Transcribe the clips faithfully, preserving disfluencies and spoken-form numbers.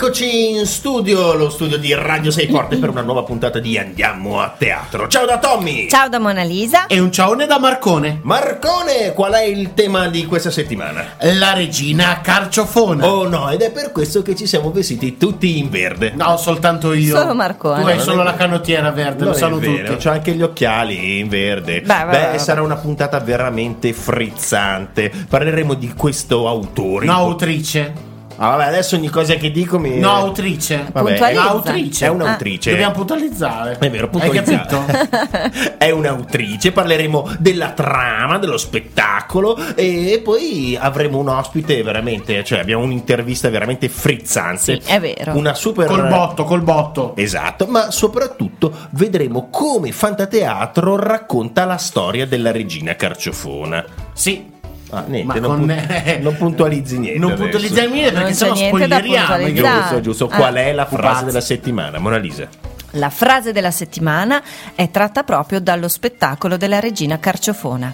Eccoci in studio, lo studio di Radio sei Forte per una nuova puntata di Andiamo a Teatro. Ciao da Tommy. Ciao da Mona Lisa. E un ciaone da Marcone. Marcone, qual è il tema di questa settimana? La regina carciofona. Oh no, ed è per questo che ci siamo vestiti tutti in verde. No, soltanto io. Solo Marcone. Tu hai Non solo è la vero. canottiera verde, Non lo è sanno vero, tutti. c'ho anche gli occhiali in verde. Beh, Beh, beh, sarà una puntata veramente frizzante. Parleremo di questo autore. No, autrice. Ah, vabbè, adesso ogni cosa che dico mi... No, autrice. Vabbè, Puntualizza. No, autrice. È un'autrice. Dobbiamo puntualizzare. È vero, Hai puntualizzare. capito? È un'autrice, parleremo della trama, dello spettacolo e poi avremo un ospite veramente, cioè abbiamo un'intervista veramente frizzante. Sì, è vero. Una super... Col botto, col botto. Esatto, ma soprattutto vedremo come Fantateatro racconta la storia della regina carciofona. Sì. Ah, niente, Ma non, con- pu- non puntualizzi niente. Non adesso. puntualizziamo niente Non perché c'è sennò niente da spoileriamo. puntualizzare. Giusto, giusto. Ah. Qual è la frase Pupazzi. della settimana, Mona Lisa? La frase della settimana è tratta proprio dallo spettacolo della regina carciofona.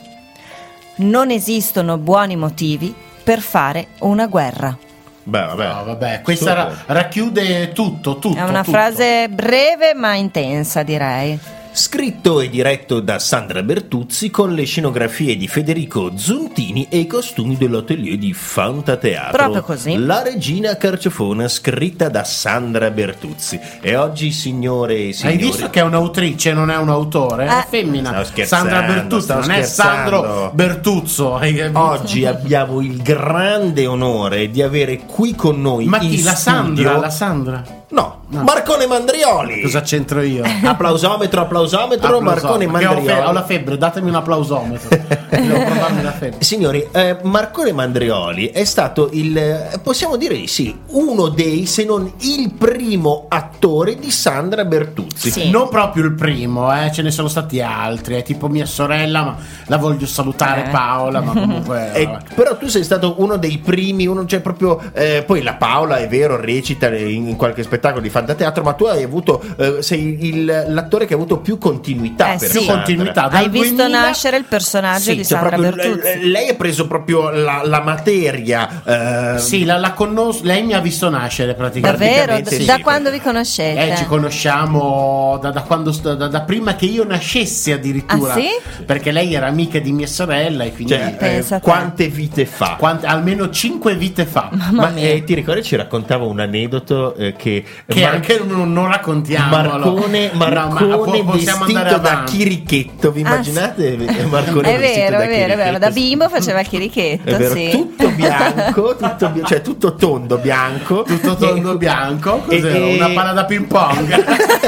Non esistono buoni motivi per fare una guerra. Beh, vabbè. No, vabbè, questa ra- Super. racchiude tutto, tutto. È una tutto. frase breve ma intensa, direi. Scritto e diretto da Sandra Bertuzzi con le scenografie di Federico Zontini e i costumi dell'atelier di Fantateatro. Proprio così. La regina carciofona scritta da Sandra Bertuzzi. E oggi, signore e signori... Hai visto che è un'autrice, non è un autore? È Eh. femmina. Stavo scherzando, Sandra Bertuzzi, stavo non è scherzando. Sandro Bertuzzo. Hai capito? Oggi abbiamo il grande onore di avere qui con noi Ma in chi? La studio- Sandra? La Sandra? No, No. Marcone Mandrioli. Cosa c'entro io? Applausometro, applausometro, Marcone Perché ho, fe- Mandrioli. ho la febbre, datemi un applausometro. Devo provarmi la febbre. Signori, eh, Marcone Mandrioli è stato il, eh, possiamo dire di sì, uno dei, se non il primo attore di Sandra Bertuzzi. Sì. Non proprio il primo, eh, ce ne sono stati altri, è tipo mia sorella, ma la voglio salutare Eh. Paola, ma comunque... Eh, vabbè. però tu sei stato uno dei primi, uno, cioè proprio eh, poi la Paola è vero recita in, in qualche spettacolo di Fantateatro, ma tu hai avuto eh, sei il, l'attore che ha avuto più continuità Eh, per sì. Sandra. Continuità. Dal Hai visto duemila nascere il personaggio Sì, di cioè Sandra proprio, Bertuzzi. eh, lei ha preso proprio la, la materia eh, Sì, la, la conosco, lei mi ha visto nascere praticamente. Davvero? praticamente Da sì, da perché- quando vi conoscete? Eh, ci conosciamo da, da quando sto- da, da prima che io nascessi addirittura. Ah, sì? Perché lei era amica di mia sorella e quindi cioè, eh, Pensa a te. quante vite fa. quante- almeno cinque vite fa. Ma mia. eh, ti ricordi ci raccontava un aneddoto eh, che, Che Mar- anche non, non raccontiamo. Marcone, Marcone vestito da chirichetto, vi Ah, immaginate? Marcone È vestito vero, da è vero, è vero. Da chirichetto? bimbo faceva il chirichetto, È vero, sì. tutto bianco, tutto bi- cioè tutto tondo bianco, Tutto tondo E- bianco, cos'era? e- Una palla da ping pong.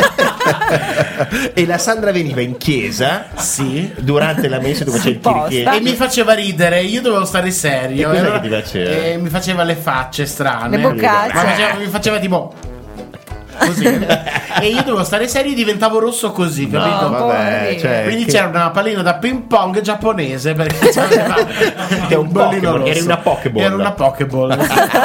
e la Sandra veniva in chiesa, Sì. durante la messa dove c'è il Apposta. chirichetto. E mi faceva ridere, io dovevo stare serio. E cos'è allora- che ti faceva? e mi faceva le facce strane. Le boccacce. Ma faceva- mi faceva tipo così. E io dovevo stare serio e diventavo rosso così, No, capito? vabbè, poverino. cioè, Quindi che- c'era una pallina da ping pong giapponese perché c'aveva Che è un il bollino Pokémon, rosso. eri una Pokéball. Era una Pokéball.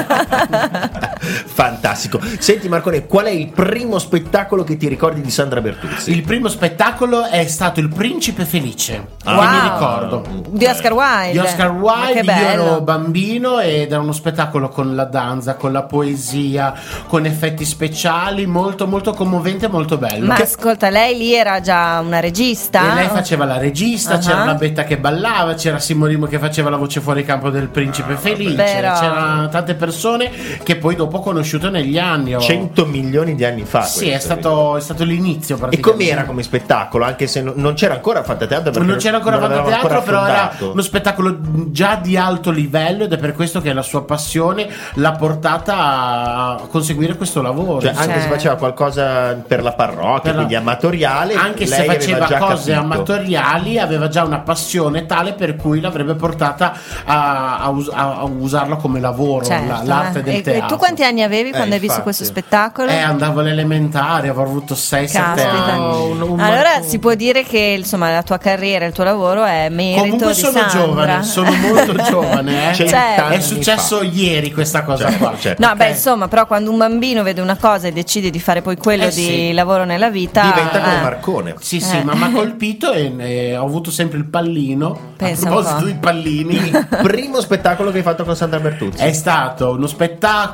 Fantastico. Senti Marcone, qual è il primo spettacolo che ti ricordi di Sandra Bertuzzi? Il primo spettacolo è stato Il Principe Felice. Ah. Che mi Wow. ricordo. Di Oscar Wilde. Di Oscar Ma Wilde, che io bello. ero bambino ed era uno spettacolo con la danza, con la poesia, con effetti speciali, molto molto commovente, molto bello. Ma Che- ascolta, lei lì era già una regista? E lei faceva la regista, Ah. c'era la Betta che ballava, c'era Simorimo che faceva la voce fuori campo del Principe Felice, Però- c'erano tante persone che poi dopo ho conosciuto negli anni. ho- cento milioni di anni fa. Sì, è questo, stato, è stato l'inizio E praticamente. com'era come spettacolo? Anche se non- non c'era ancora Fantateatro, perché Non c'era ancora non l'avevamo Fantateatro, ancora però era affondato. uno spettacolo già di alto livello ed è per questo che la sua passione l'ha portata a conseguire questo lavoro. Cioè, anche Cioè- se faceva qualcosa per la parrocchia, Per la- quindi amatoriale, anche se lei aveva faceva già cose capito. amatoriali, aveva già una passione tale per cui l'avrebbe portata a, a us- a- a usarlo come lavoro, Certo, la- l'arte eh. del E- teatro. E tu quanti anni avevi quando hai visto infatti. questo spettacolo? Eh, andavo alle elementari, avrò avuto sei sette Caspita. anni. Un- un- Allora si può dire che insomma la tua carriera, il tuo lavoro è merito Comunque di sono Sandra. giovane, sono molto giovane. Eh. Certo. È successo ieri questa cosa Certo, qua. certo. No, Ok. beh, insomma, però quando un bambino vede una cosa e decide di fare poi quello Eh, di sì. lavoro nella vita, Diventa come eh, Marcone. Sì, sì, Eh. ma mi ha colpito e, e ho avuto sempre il pallino. Pensa a un proposito po'. di pallini, Il primo spettacolo che hai fatto con Sandra Bertuzzi. è stato uno spettacolo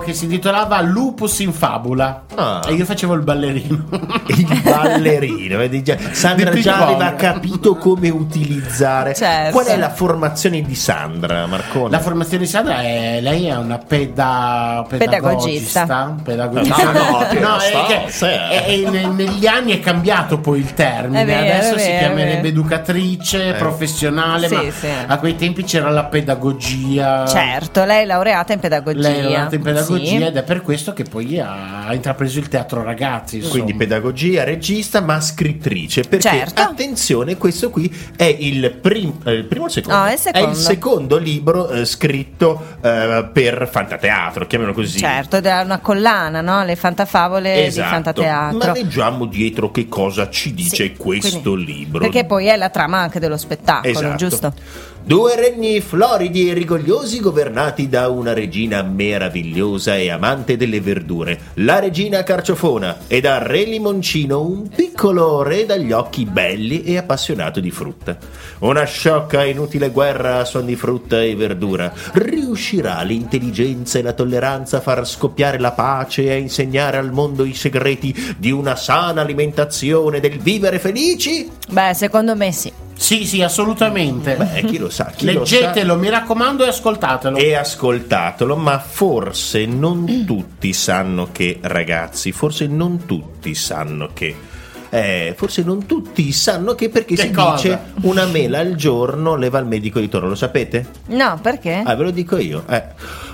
che si intitolava Lupus in Fabula. Ah. E io facevo il ballerino. Il ballerino, vedi già. Sandra Di già ping-pong. aveva capito come utilizzare. Certo. Qual è la formazione di Sandra, Marcone? La formazione di Sandra è lei è una peda, Pedagogista. pedagogista. No, no, che No, non è sto, che- sì. è- è- ne- negli anni è cambiato poi il termine. È vero, Adesso è si vero, chiamerebbe è vero. educatrice Eh. professionale, Sì, ma sì. a quei tempi c'era la pedagogia. Certo, lei è laureata in pedagogia. Lei è laureata in pedagogia Sì. ed è per questo che poi ha, ha intrapreso il teatro ragazzi. insomma. Quindi pedagogia, regista, ma scrittrice. Perché Certo. attenzione, questo qui è il, prim- eh, il primo o il secondo? No, è il secondo. il secondo libro eh, scritto eh, per Fantateatro, chiamiamolo così. Certo, ed è una collana, no? Le fantafavole Esatto. di Fantateatro. Ma leggiamo dietro che cosa ci dice Sì, questo quindi- libro. Perché poi è la trama anche dello spettacolo, Esatto. giusto? Due regni floridi e rigogliosi governati da una regina meravigliosa e amante delle verdure, la regina Carciofona, e da re Limoncino, un piccolo re dagli occhi belli e appassionato di frutta. Una sciocca e inutile guerra a suon di frutta e verdura. Riuscirà l'intelligenza e la tolleranza a far scoppiare la pace e a insegnare al mondo i segreti di una sana alimentazione, del vivere felici? Beh, secondo me sì. Sì, sì, assolutamente. Beh, chi lo sa, chi lo sa. Leggetelo, mi raccomando, e ascoltatelo. E ascoltatelo, ma forse non tutti sanno che, ragazzi, forse non tutti sanno che, eh, forse non tutti sanno che, perché Che si cosa? dice una mela al giorno leva al medico di torno, lo sapete? No, perché? Ah, ve lo dico io. Eh.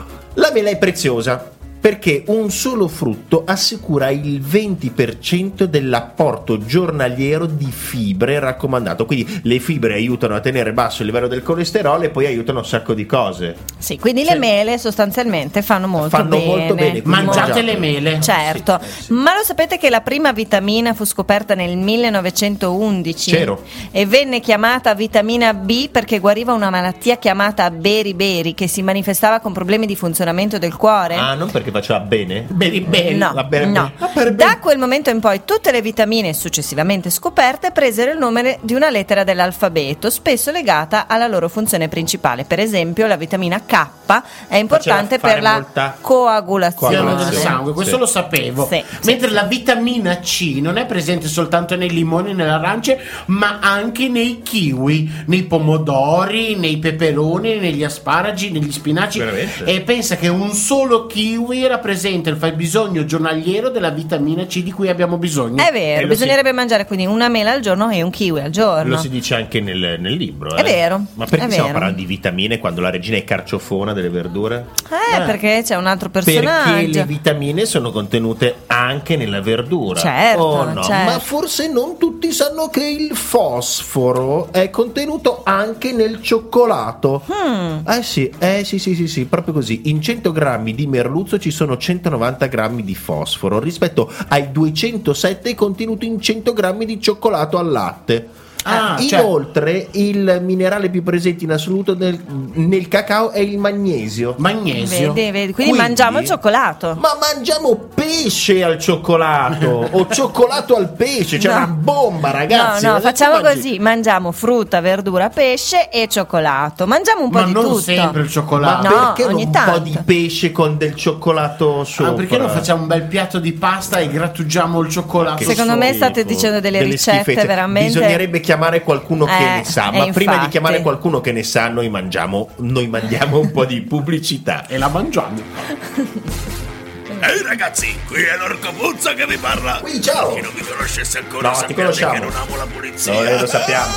La mela è preziosa perché un solo frutto assicura il venti per cento dell'apporto giornaliero di fibre raccomandato. Quindi le fibre aiutano a tenere basso il livello del colesterolo e poi aiutano un sacco di cose. Sì, quindi Sì. le mele sostanzialmente fanno molto Fanno bene. molto bene, quindi Mangiate mangiate. le mele. Certo, Sì, eh sì. ma lo sapete che la prima vitamina fu scoperta nel millenovecentoundici C'ero. e venne chiamata vitamina B perché guariva una malattia chiamata beriberi che si manifestava con problemi di funzionamento del cuore? Ah, non perché faceva bene? Bene, bene. No, va bene, no. va per Da bene. quel momento in poi tutte le vitamine successivamente scoperte presero il nome di una lettera dell'alfabeto, spesso legata alla loro funzione principale. Per esempio, la vitamina K è importante Faceva per fare la molta coagulazione. Del Coagulazione. sangue, questo Sì. lo sapevo. Sì, Mentre sì, la vitamina C non è presente soltanto nei limoni e nelle arance, ma anche nei kiwi, nei pomodori, nei peperoni, negli asparagi, negli spinaci. Veramente? E pensa che un solo kiwi rappresenta il fabbisogno giornaliero della vitamina C di cui abbiamo bisogno. È E vero, lo bisognerebbe mangiare quindi una mela al giorno e un kiwi al giorno. Lo si dice anche nel, nel libro. È eh. vero, Ma perché è stiamo vero. parlando di vitamine quando la regina è carciofona delle verdure? Eh, Eh. perché c'è un altro Perché personaggio. le vitamine sono contenute anche nella verdura. Certo, Oh no, certo. ma forse non tutti sanno che il fosforo è contenuto anche nel cioccolato. Hmm. Eh sì, eh sì, sì, sì, sì, proprio così. In cento grammi di merluzzo ci sono centonovanta grammi di fosforo rispetto ai duecentosette contenuti in cento grammi di cioccolato al latte. Ah, cioè- Inoltre, il minerale più presente in assoluto nel, nel cacao è il magnesio. Magnesio. Vedi, vedi, quindi, Quindi- mangiamo il cioccolato. Ma mangiamo pesce al cioccolato o cioccolato al pesce, c'è No. una bomba, ragazzi. No, no, Adesso facciamo mangi- così: mangiamo frutta, verdura, pesce e cioccolato. Mangiamo un po' Ma di non tutto. sempre il Ma cioccolato. No, perché non ogni un tanto. po' di pesce con del cioccolato sopra? Ah, perché non facciamo un bel piatto di pasta e grattugiamo il cioccolato? Che Secondo me schifo. state dicendo delle ricette schifezze. veramente- Bisognerebbe chiamare qualcuno che Eh, ne sa, eh, ma prima di infatti. chiamare qualcuno che ne sa, noi mangiamo, noi mandiamo un po' di pubblicità. E la mangiamo. Ehi ragazzi, qui è l'Orco Puzza che vi parla. Qui, ciao. Chi non mi conoscesse ancora No, ti sappiate conosciamo. che non amo la pulizia. No, eh, lo sappiamo.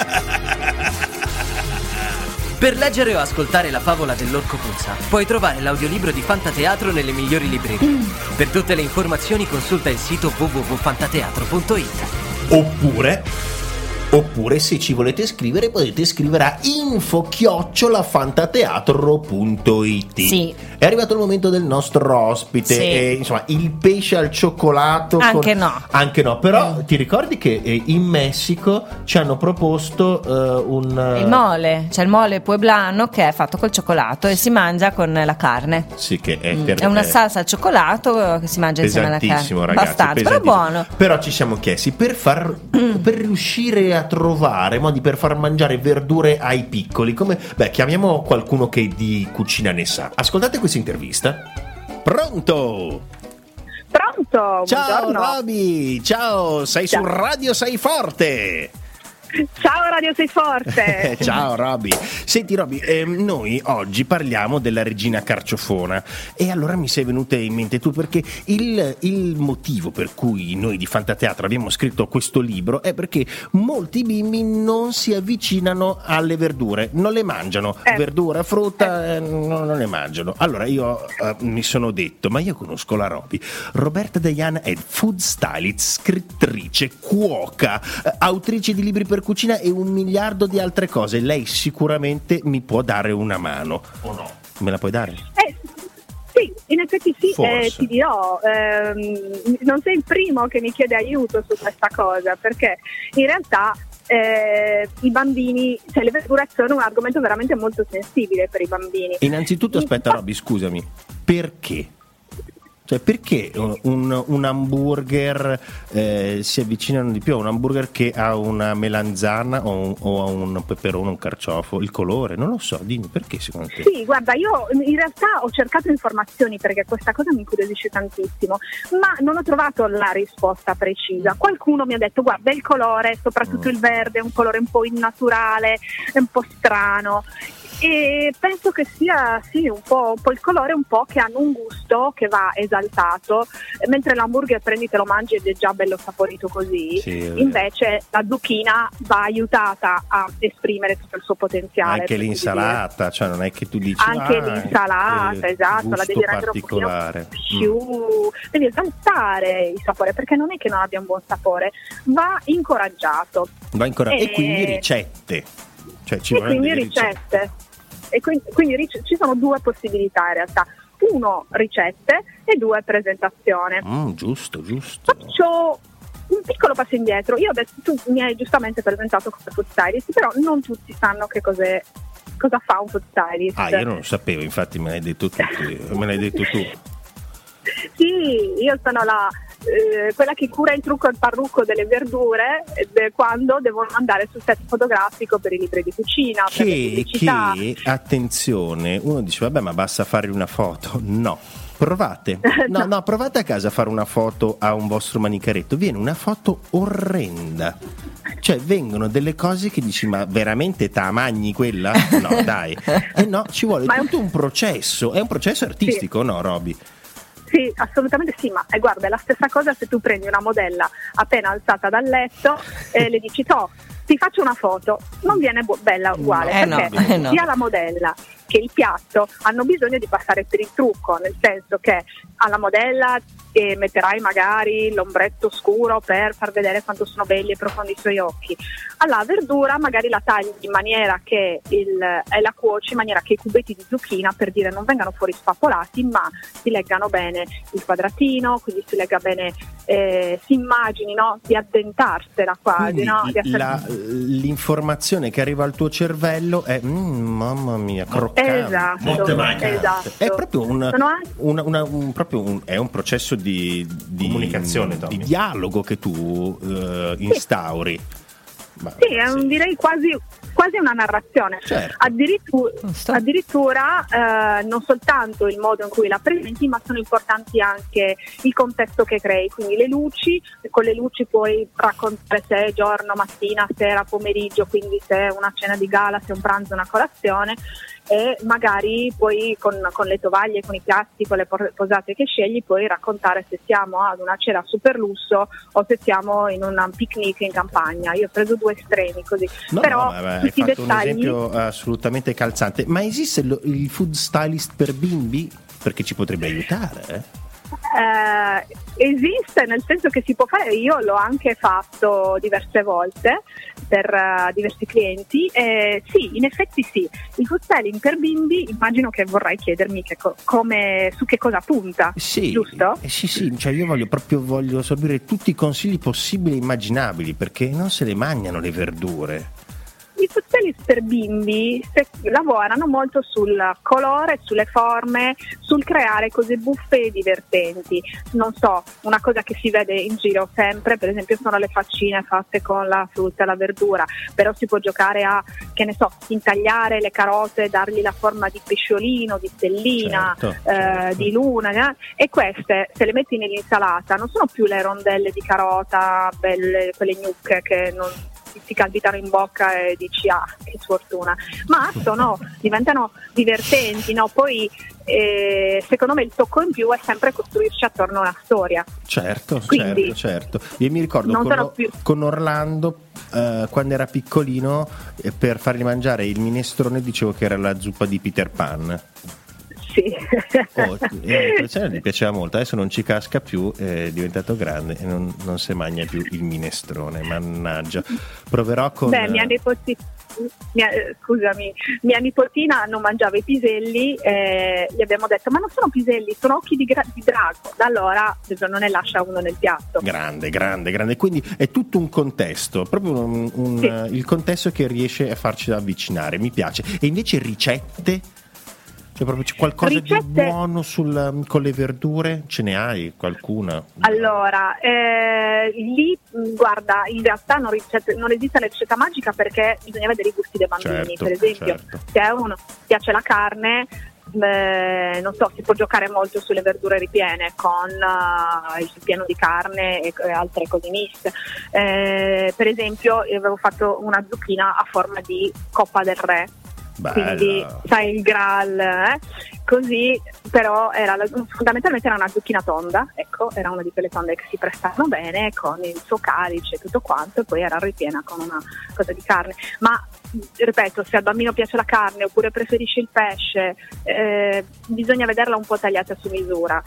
Per leggere o ascoltare la favola dell'Orco Puzza, puoi trovare l'audiolibro di Fantateatro nelle migliori librerie. Per tutte le informazioni consulta il sito w w w punto fantateatro punto it. Oppure Oppure se ci volete scrivere potete scrivere a info chiocciola fantateatro punto it. Sì. È arrivato il momento del nostro ospite. Sì. E, insomma, il pesce al cioccolato. Anche con- no. Anche no. Però ti ricordi che eh, in Messico ci hanno proposto eh, un eh, Il mole, c'è il mole pueblano che è fatto col cioccolato e si mangia con la carne. Sì, che è, Mm, per- è una eh, salsa al cioccolato che si mangia insieme alla carne. pesantissimo, ragazzi. Abbastanza, però pesantissimo. buono. Però ci siamo chiesti per far per riuscire a trovare modi per far mangiare verdure ai piccoli, come beh, chiamiamo qualcuno che di cucina ne sa. Ascoltate questa intervista. Pronto? Pronto? Ciao Buongiorno. Roby, ciao, sei Ciao. su Radio Sei Forte. Ciao Radio Sei Forte. Ciao Roby. Senti Roby, ehm, noi oggi parliamo della regina Carciofona e allora mi sei venuta in mente tu perché il, il motivo per cui noi di Fantateatro abbiamo scritto questo libro è perché molti bimbi non si avvicinano alle verdure, non le mangiano, Eh. verdura, frutta, eh, non, non le mangiano. Allora io eh, mi sono detto, ma io conosco la Roby. Roberta Diana è food stylist, scrittrice, cuoca, eh, autrice di libri per cucina e un miliardo di altre cose. Lei sicuramente mi può dare una mano. O no? Me la puoi dare? Eh, sì, in effetti sì, Forse. eh, ti dirò, ehm, non sei il primo che mi chiede aiuto su questa cosa, perché in realtà eh, i bambini, cioè le verdure sono un argomento veramente molto sensibile per i bambini. Innanzitutto, aspetta Roby, scusami, perché? Cioè, perché un, un hamburger eh, si avvicinano di più a un hamburger che a una melanzana o, un, o a un peperone, un carciofo? Il colore? Non lo so, dimmi perché secondo te? Sì, guarda, io in realtà ho cercato informazioni perché questa cosa mi incuriosisce tantissimo, ma non ho trovato la risposta precisa. Qualcuno mi ha detto, guarda, il colore, soprattutto il verde, è un colore un po' innaturale, è un po' strano. E penso che sia sì un po', un po' il colore, un po' che hanno un gusto che va esaltato, mentre l'hamburger prendi te lo mangi ed è già bello saporito così. Sì, invece la zucchina va aiutata a esprimere tutto il suo potenziale. Anche per così l'insalata, dire. cioè non è che tu dici Anche ah, l'insalata, che esatto, la gusto devi rendere un pochino particolare. più, Mm. devi esaltare il sapore, perché non è che non abbia un buon sapore, va incoraggiato. Va ancora. E Eh, quindi ricette. Cioè ci E vogliono quindi delle ricette. E quindi, quindi ric- ci sono due possibilità in realtà. Uno, ricette, e due, presentazione. Mm, giusto, giusto. Faccio un piccolo passo indietro. Io adesso, tu mi hai giustamente presentato come food stylist, però non tutti sanno che cos'è, cosa fa un food stylist. Ah, io non lo sapevo, infatti me l'hai detto tu, me l'hai detto tu. Sì, io sono la eh, quella che cura il trucco e il parrucco delle verdure eh, quando devono andare sul set fotografico per i libri di cucina, per le Che, pubblicità. che, attenzione, uno dice vabbè ma basta fare una foto. No, provate. No, no, provate a casa a fare una foto a un vostro manicaretto. Viene una foto orrenda. Cioè vengono delle cose che dici ma veramente ta magni quella? No dai. E no, ci vuole Ma è un- tutto un processo. È un processo artistico, no Roby? Sì, assolutamente sì, ma eh, guarda, è la stessa cosa se tu prendi una modella appena alzata dal letto e le dici "Toh, ti faccio una foto", non viene bu- bella uguale, Eh no, perché eh no. sia la modella che il piatto hanno bisogno di passare per il trucco, nel senso che alla modella eh, metterai magari l'ombretto scuro per far vedere quanto sono belli e profondi i suoi occhi. Alla verdura magari la tagli in maniera che il, e la cuoci in maniera che i cubetti di zucchina, per dire, non vengano fuori spappolati, ma si leggano bene il quadratino, quindi si legga bene, eh, si immagini, no, di addentarsela quasi, Quindi no? Di essere- la- l'informazione che arriva al tuo cervello è "Mm, mamma mia, croccante". Esatto, Molte manca. esatto. È proprio un, Sono anche- una- una- un- proprio un- è un processo di, di Comunicazione, Tommy. di dialogo che tu eh, instauri. Ma- Sì, è un, sì. direi quasi, quasi una narrazione. Certo. Addirittura, Giusto. addirittura eh, non soltanto il modo in cui la presenti, ma sono importanti anche il contesto che crei, quindi le luci, con le luci puoi raccontare se è giorno, mattina, sera, pomeriggio, quindi se è una cena di gala, se è un pranzo, una colazione, e magari poi con, con le tovaglie, con i piatti, con le por- posate che scegli, puoi raccontare se siamo ad una cena super lusso o se siamo in un picnic in campagna. Io ho preso due estremi così, No, però no, ma- ma hai tutti i fatto un dettagli. esempio assolutamente calzante. Ma esiste lo- il food stylist per bimbi? Perché ci potrebbe aiutare, eh? Eh, esiste, nel senso che si può fare, io l'ho anche fatto diverse volte per eh, diversi clienti, e sì, in effetti sì, il food styling per bimbi immagino che vorrai chiedermi che co- come, su che cosa punta, Sì, giusto? eh sì, sì, cioè io voglio proprio voglio assorbire tutti i consigli possibili e immaginabili perché non se le mangiano le verdure. Il food Foodstyles per bimbi se, lavorano molto sul colore, sulle forme, sul creare cose buffe e divertenti. Non so, una cosa che si vede in giro sempre, per esempio, sono le faccine fatte con la frutta e la verdura, però si può giocare a, che ne so, intagliare le carote, dargli la forma di pesciolino, di stellina, certo, eh, certo. di luna, eh? E queste, se le metti nell'insalata, non sono più le rondelle di carota belle, quelle gnocche che non ti capitano in bocca e dici ah che sfortuna, ma sono, diventano divertenti, no? Poi eh, secondo me il tocco in più è sempre costruirci attorno a una storia. Certo, Quindi, certo, certo. Io mi ricordo non con, sono più- con Orlando eh, quando era piccolino, eh, per fargli mangiare il minestrone dicevo che era la zuppa di Peter Pan. Sì. Oh, eh, gli piaceva molto, adesso non ci casca più, è diventato grande e non, non si mangia più il minestrone, mannaggia. Proverò con... Beh, mia nipotina, mia, scusami, mia nipotina non mangiava i piselli, eh, gli abbiamo detto ma non sono piselli, sono occhi di, gra- di drago, da allora non ne lascia uno nel piatto. Grande, grande, grande, quindi è tutto un contesto, proprio un, un, Sì. il contesto che riesce a farci avvicinare, mi piace. E invece ricette? Cioè proprio c'è qualcosa Ricette- di buono sul, con le verdure? Ce ne hai qualcuna? Allora, eh, lì mh, guarda, in realtà non, ricette, non esiste la ricetta magica perché bisogna vedere i gusti dei bambini. Certo, Per esempio, certo. se a uno piace la carne, eh, non so, si può giocare molto sulle verdure ripiene con uh, il pieno di carne e, e altre cose miste. Eh, per esempio, io avevo fatto una zucchina a forma di coppa del re. Quindi Bello. sai il Graal, eh? Così, però era la, fondamentalmente era una zucchina tonda, ecco, era una di quelle tonde che si prestavano bene con il suo calice e tutto quanto, e poi era ripiena con una cosa di carne. Ma ripeto, se al bambino piace la carne oppure preferisce il pesce, eh, bisogna vederla un po' tagliata su misura.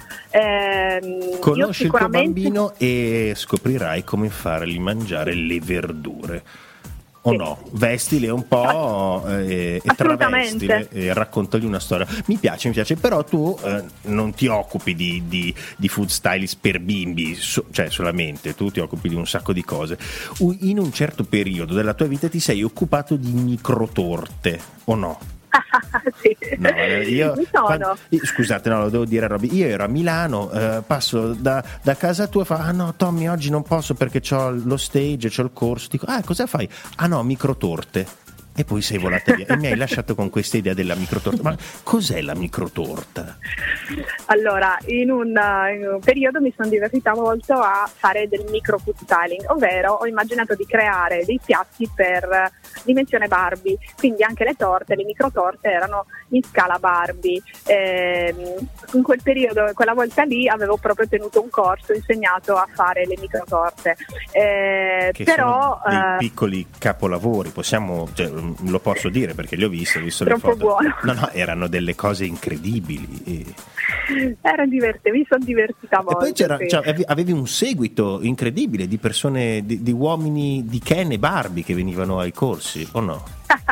Eh, Conosci io sicuramente... il tuo bambino e scoprirai come fargli mangiare le verdure. O Sì. no, vestile un po' eh, e Assolutamente. travestile e raccontagli una storia. Mi piace, mi piace, però tu eh, non ti occupi di, di, di food stylist per bimbi, so, cioè solamente, tu ti occupi di un sacco di cose. U- in un certo periodo della tua vita ti sei occupato di microtorte, o no? Sì. No, eh, io, Mi sono. quando- io- scusate, no, lo devo dire a Robby. Io ero a Milano, eh, passo da, da casa tua e fa: ah no, Tommy, oggi non posso perché c'ho lo stage, c'ho il corso. Dico: ah, cosa fai? Ah no, microtorte. E poi sei volata via e mi hai lasciato con questa idea della microtorta. Ma cos'è la microtorta? Allora, in un, in un periodo mi sono divertita molto a fare del micro food styling, ovvero ho immaginato di creare dei piatti per dimensione Barbie, quindi anche le torte, le microtorte erano in scala Barbie. Eh, in quel periodo, quella volta lì, avevo proprio tenuto un corso insegnato a fare le microtorte. Eh, Che però sono dei eh, piccoli capolavori, possiamo, cioè, lo posso dire perché li ho visti, ho visto le Troppo foto. buono. No, no, erano delle cose incredibili. E... era divertente, mi sono divertita molto. E poi c'era, sì. cioè, ave- avevi un seguito incredibile di persone, di, di uomini di Ken e Barbie che venivano ai corsi, o no?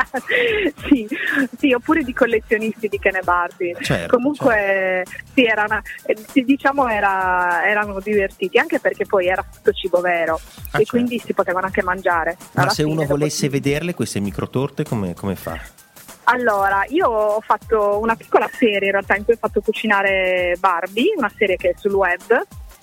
sì, sì, oppure di collezionisti di Ken e Barbie. Certo, Comunque sì, era una, eh, sì, diciamo era, erano divertiti, anche perché poi era tutto cibo vero Ah, e certo. quindi si potevano anche mangiare. Ma Alla se fine, uno dopo- volesse vederle queste microtorte, come, come fa? Allora, io ho fatto una piccola serie in realtà in cui ho fatto cucinare Barbie, una serie che è sul web.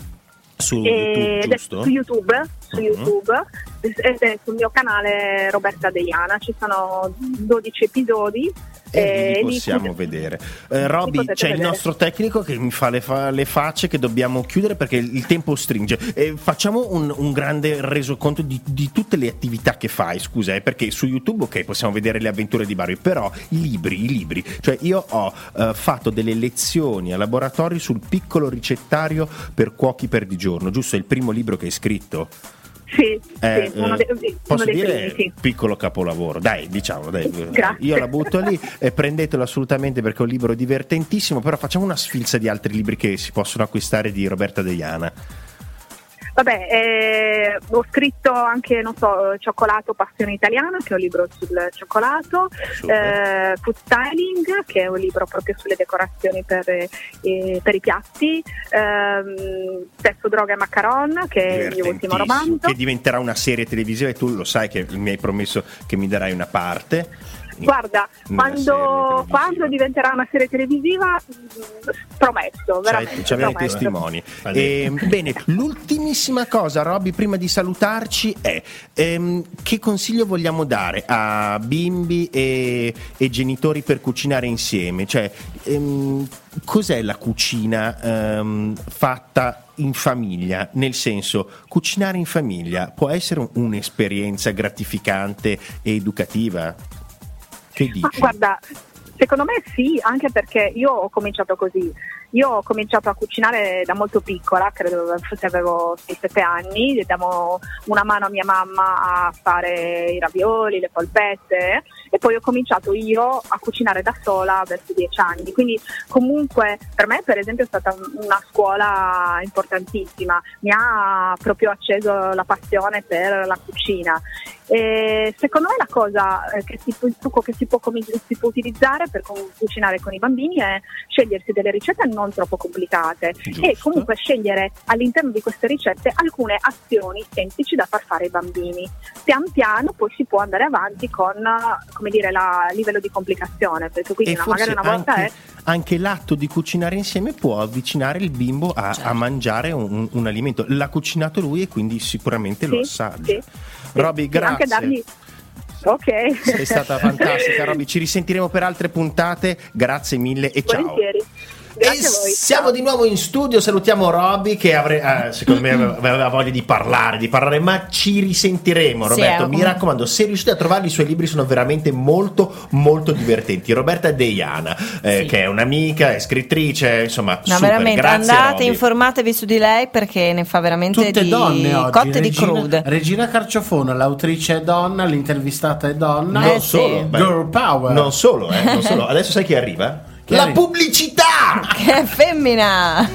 Su E- YouTube, ed è giusto? su YouTube, su Mhm. YouTube ed è sul mio canale Roberta Deiana, ci sono dodici episodi. E eh, li lì possiamo potete- vedere. Eh, Robby, potete c'è il vedere. nostro tecnico che mi fa le, fa- le facce che dobbiamo chiudere perché il tempo stringe. Eh, facciamo un, un grande resoconto di, di tutte le attività che fai, scusa, eh, perché su YouTube, ok, possiamo vedere le avventure di Barbie, però i libri, i libri, cioè io ho eh, fatto delle lezioni a laboratori sul piccolo ricettario per cuochi per di giorno, giusto? È il primo libro che hai scritto. Sì, Eh, sì, uno, eh, dei- uno posso dei dire primi, sì. piccolo capolavoro, dai, diciamo, dai. Grazie. Io la butto lì e prendetelo assolutamente perché è un libro divertentissimo, però facciamo una sfilza di altri libri che si possono acquistare di Roberta Deiana. Vabbè, eh, ho scritto anche, non so, Cioccolato, Passione Italiana, che è un libro sul cioccolato, eh, Food Styling, che è un libro proprio sulle decorazioni per, eh, per i piatti, ehm, Sesso, Droga e Macaron, che è il mio ultimo romanzo. Che diventerà una serie televisiva, e tu lo sai che mi hai promesso che mi darai una parte. Guarda, quando, quando diventerà una serie televisiva, promesso, veramente. Ci avete testimoni. E, bene, l'ultimissima cosa, Robby, prima di salutarci è ehm, che consiglio vogliamo dare a bimbi e, e genitori per cucinare insieme? Cioè, ehm, cos'è la cucina ehm, fatta in famiglia? Nel senso, cucinare in famiglia può essere un, un'esperienza gratificante e educativa? Che dici? Ma guarda, secondo me sì, anche perché io ho cominciato così. Io ho cominciato a cucinare da molto piccola, credo forse avevo sei sette anni, davo una mano a mia mamma a fare i ravioli, le polpette, e poi ho cominciato io a cucinare da sola verso dieci anni. Quindi comunque per me, per esempio, è stata una scuola importantissima, mi ha proprio acceso la passione per la cucina. E secondo me la cosa che si, il trucco che si può, si può utilizzare per cucinare con i bambini è scegliersi delle ricette non troppo complicate. Giusto. E comunque scegliere all'interno di queste ricette alcune azioni semplici da far fare ai bambini. Pian piano poi si può andare avanti con, come dire, la livello di complicazione, perché quindi e una, magari una volta anche, è anche l'atto di cucinare insieme può avvicinare il bimbo a, certo. a mangiare un, un alimento. L'ha cucinato lui e quindi sicuramente sì, lo assaggia. Sì. Robby, sì, grazie. Anche dargli... Ok. Sei stata fantastica, Robby. Ci risentiremo per altre puntate. Grazie mille e ciao. Volentieri. Grazie e a voi. Siamo di nuovo in studio, salutiamo Robby che avre, eh, secondo me aveva voglia di parlare, di parlare, ma ci risentiremo. Roberto, sì, mi raccomando, se riuscite a trovarli, i suoi libri sono veramente molto molto divertenti. Roberta Deiana, eh, sì. che è un'amica, è scrittrice, insomma, no, super, veramente, grazie, andate, Robby. Informatevi su di lei perché ne fa veramente tutte di donne oggi. cotte Regina, di crude. Regina Carciofona, l'autrice è donna, l'intervistata è donna. Non eh, solo, sì. beh, girl power. Non solo, eh, non solo. Adesso sai chi arriva? Chi La arriva? Pubblicità! Che è femmina!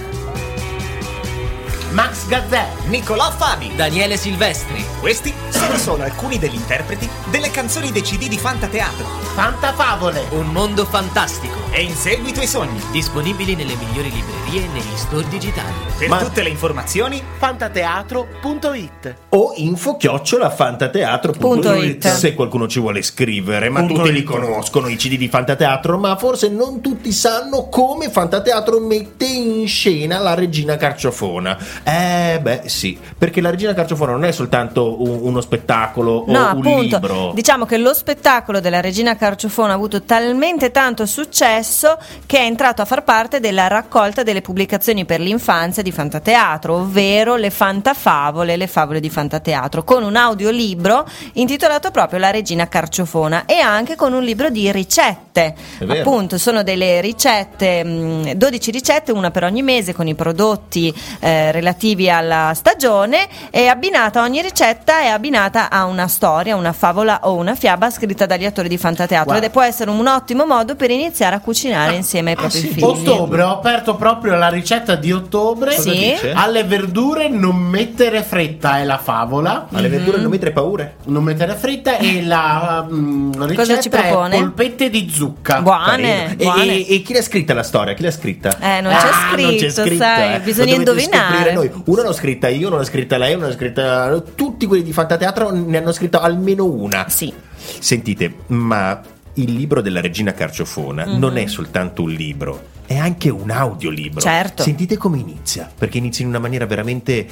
Max Gazzè, Nicolò Fabi, Daniele Silvestri. Questi sono solo alcuni degli interpreti delle canzoni dei C D di Fantateatro. Fantafavole, un mondo fantastico. E in seguito ai sogni. Disponibili nelle migliori librerie e negli store digitali. Per Ma... tutte le informazioni, fantateatro punto it o info chiocciola fantateatro punto it se qualcuno ci vuole scrivere. Ma punto tutti it. Li conoscono i C D di Fantateatro, ma forse non tutti sanno come Fantateatro mette in scena la Regina Carciofona. Eh beh sì, perché la Regina Carciofona non è soltanto un, uno spettacolo no, o un appunto, libro. Diciamo che lo spettacolo della Regina Carciofona ha avuto talmente tanto successo che è entrato a far parte della raccolta delle pubblicazioni per l'infanzia di Fantateatro, ovvero le Fantafavole, le favole di Fantateatro, con un audiolibro intitolato proprio La Regina Carciofona e anche con un libro di ricette. Appunto, sono delle ricette, dodici ricette, una per ogni mese, con i prodotti eh, relativi alla stagione, e abbinata, ogni ricetta è abbinata a una storia, una favola o una fiaba scritta dagli attori di Fantateatro. Guarda. Ed può essere un ottimo modo per iniziare a cucinare insieme ai propri ah, sì. figli. Ottobre, ho aperto proprio la ricetta di ottobre. Sì. Alle verdure non mettere fretta è la favola. Alle mm-hmm. verdure non mettere paure. Non mettere fretta e la um, ricetta cosa ci propone? È polpette di zucca. Buone, buone. E, e, e chi l'ha scritta la storia? Chi l'ha scritta? Eh, non, ah, c'è scritto, non c'è scritto, sai, eh. bisogna indovinare. Noi. Una l'ho scritta io, una l'ho scritta lei, una l'ho scritta tutti quelli di Fantateatro ne hanno scritto almeno una. Sì. Sentite, ma il libro della Regina Carciofona mm-hmm. non è soltanto un libro, è anche un audiolibro. Certo. Sentite come inizia, perché inizia in una maniera veramente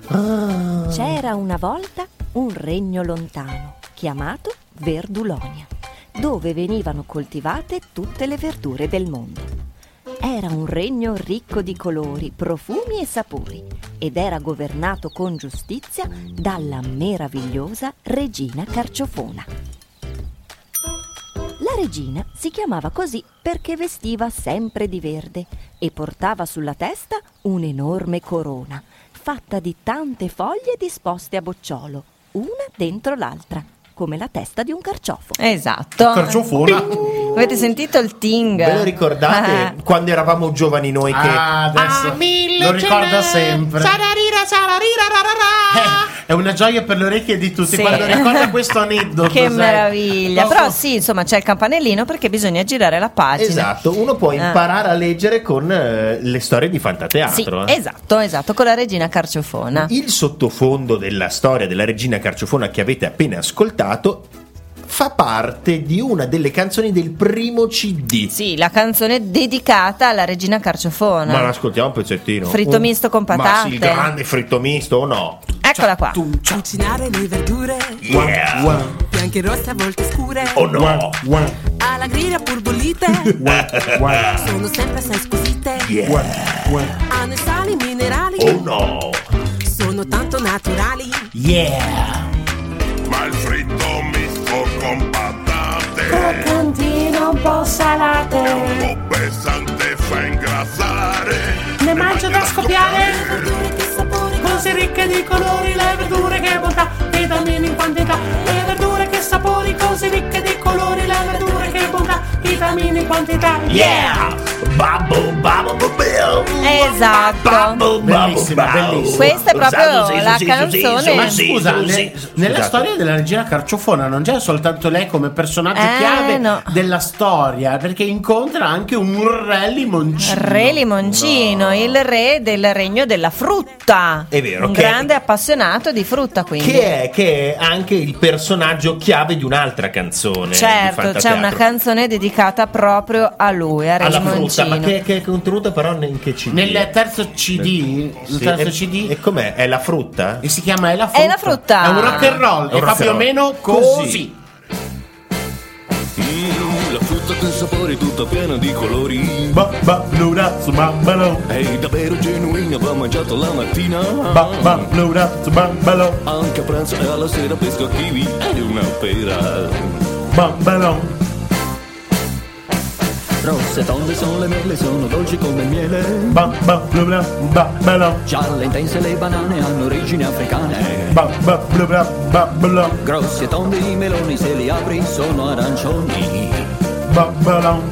ah. C'era una volta un regno lontano chiamato Verdulonia, dove venivano coltivate tutte le verdure del mondo. Era un regno ricco di colori, profumi e sapori, ed era governato con giustizia dalla meravigliosa Regina Carciofona. La regina si chiamava così perché vestiva sempre di verde e portava sulla testa un'enorme corona, fatta di tante foglie disposte a bocciolo, una dentro l'altra, come la testa di un carciofo. Esatto. Carciofona. Avete sentito il ting? Ve lo ricordate ah. quando eravamo giovani noi che ah, adesso ah, lo ricorda sempre. Eh, è una gioia per le orecchie di tutti Sì. quando ricorda questo aneddoto. Che sai. meraviglia. Posso- Però sì, insomma, c'è il campanellino perché bisogna girare la pagina. Esatto, uno può Ah. imparare a leggere con eh, le storie di Sì, fantateatro. eh. esatto, esatto, con la regina Carciofona. Il sottofondo della storia della regina Carciofona che avete appena ascoltato fa parte di una delle canzoni del primo C D. Sì, la canzone dedicata alla regina Carciofona. Ma ascoltiamo un pezzettino. Fritto Un- misto con Ma patate. sì, il grande fritto misto o no? Eccola qua. Cucinare le verdure, Yeah. bianche e rosse a volte scure, O no? alla griglia pur bollite, sono sempre assai squisite, Yeah. hanno i sali minerali, O no? sono tanto naturali. Yeah. Ma il fritto misto con patate Croccantino un po' salate, un po' pesante, fa ingrassare. Ne mangio da scoppiare. verdure che sapore, Così ricche di colori, le verdure che bontà, vitamine in quantità. Le verdure che sapori, così ricche di colori, le verdure che bontà, vitamine in quantità. Yeah! Babbo, babbo, babbo. Esatto. Babbo, babbo, Bellissima, babbo. bellissima. Questa è proprio Usato, sì, la sì, canzone. sì, sì, Ma sì, scusa, sì, ne- sì. nella Scusate. storia della regina Carciofona non c'è soltanto lei come personaggio Eh, chiave no. della storia, perché incontra anche un re limoncino. Re Limoncino, il re del regno della frutta. È vero, Un che- grande appassionato di frutta, quindi. Che è, che è anche il personaggio chiave di un'altra canzone. di Certo, c'è fantateatro. una canzone dedicata proprio a lui, a Re alla frutta, Limoncino. ma che, che è contenuta però in che C D? Nel terzo C D, Sì, il terzo e, C D, e com'è? È la frutta? e si chiama È la frutta. È la frutta. È un rock and roll, È un e fa rock più o and roll. meno così. Mm, la frutta con sapore tutta piena di colori. Ba, ba, blurazzo, bambalo. È davvero genuina, va mangiato la mattina. Ba, ba, blurazzo, bambalo. Anche a pranzo e alla sera pesco kiwi. È una pera. Bambalo. Rosse tonde sono le mele, sono dolci come il miele. Ba, ba, blurazzo, bambalo. Gialle intense le banane hanno origini africane. Ba, ba, blurazzo, bambalo. Grossi e tondi i meloni, se li apri sono arancioni. Bambalo.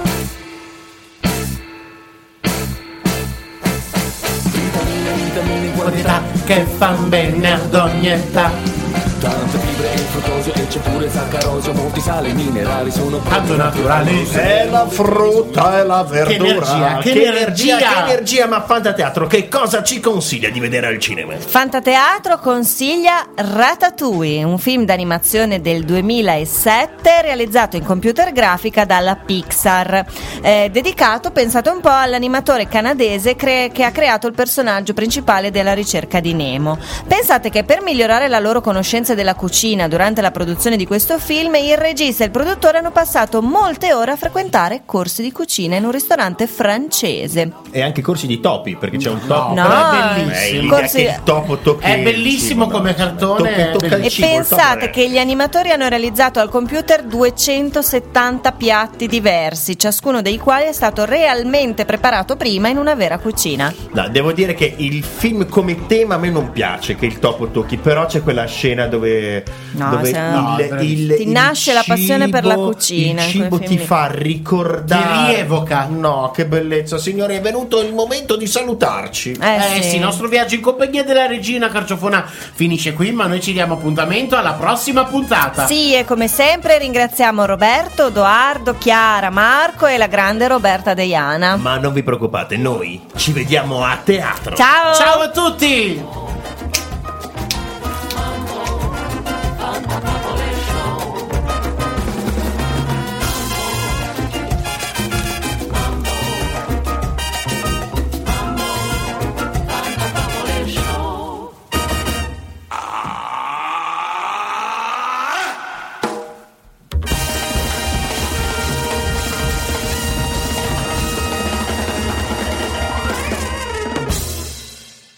Vitamine in Quantità che fan bene ad ogni età. tante fibre e fruttosio e c'è pure zaccaroso. Molti sali minerali sono Tanto naturali. È la frutta, è la verdura. energia, che energia, energia. che energia, ma Fantateatro, che cosa ci consiglia di vedere al cinema? Fantateatro consiglia Ratatouille, un film d'animazione del duemilasette realizzato in computer grafica dalla Pixar, eh, dedicato, pensate un po', all'animatore canadese cre- che ha creato il personaggio principale della ricerca di Nemo. Pensate che per migliorare la loro conoscenza della cucina durante la produzione di questo film, il regista e il produttore hanno passato molte ore a frequentare corsi di cucina in un ristorante francese. E anche corsi di topi, perché c'è un topo. No, però è Eh, bellissimo. l'idea corsi- che il topo tocchi È il bellissimo cibo, come no? cartone, Tocca- è tocca il bellissimo. E cibo, il topo pensate è- che gli animatori hanno realizzato al computer duecentosettanta piatti diversi, ciascuno dei quali è stato realmente preparato prima in una vera cucina. No, devo dire che il film come tema a me non piace che il topo tocchi, però c'è quella scena dove, No, dove se- no, il, il- Ti il nasce la passione per la cibo- cucina Il in cibo quel ti film lì. fa ricordare. Ti rievoca. No, che bellezza, signori, è venuto il momento di salutarci. Eh, Eh sì, il nostro viaggio in compagnia della regina Carciofona finisce qui, ma noi ci diamo appuntamento alla prossima puntata. Sì, e come sempre ringraziamo Roberto, Edoardo, Chiara, Marco e la grande Roberta Deiana. Ma non vi preoccupate, noi ci vediamo a teatro. Ciao! Ciao a tutti!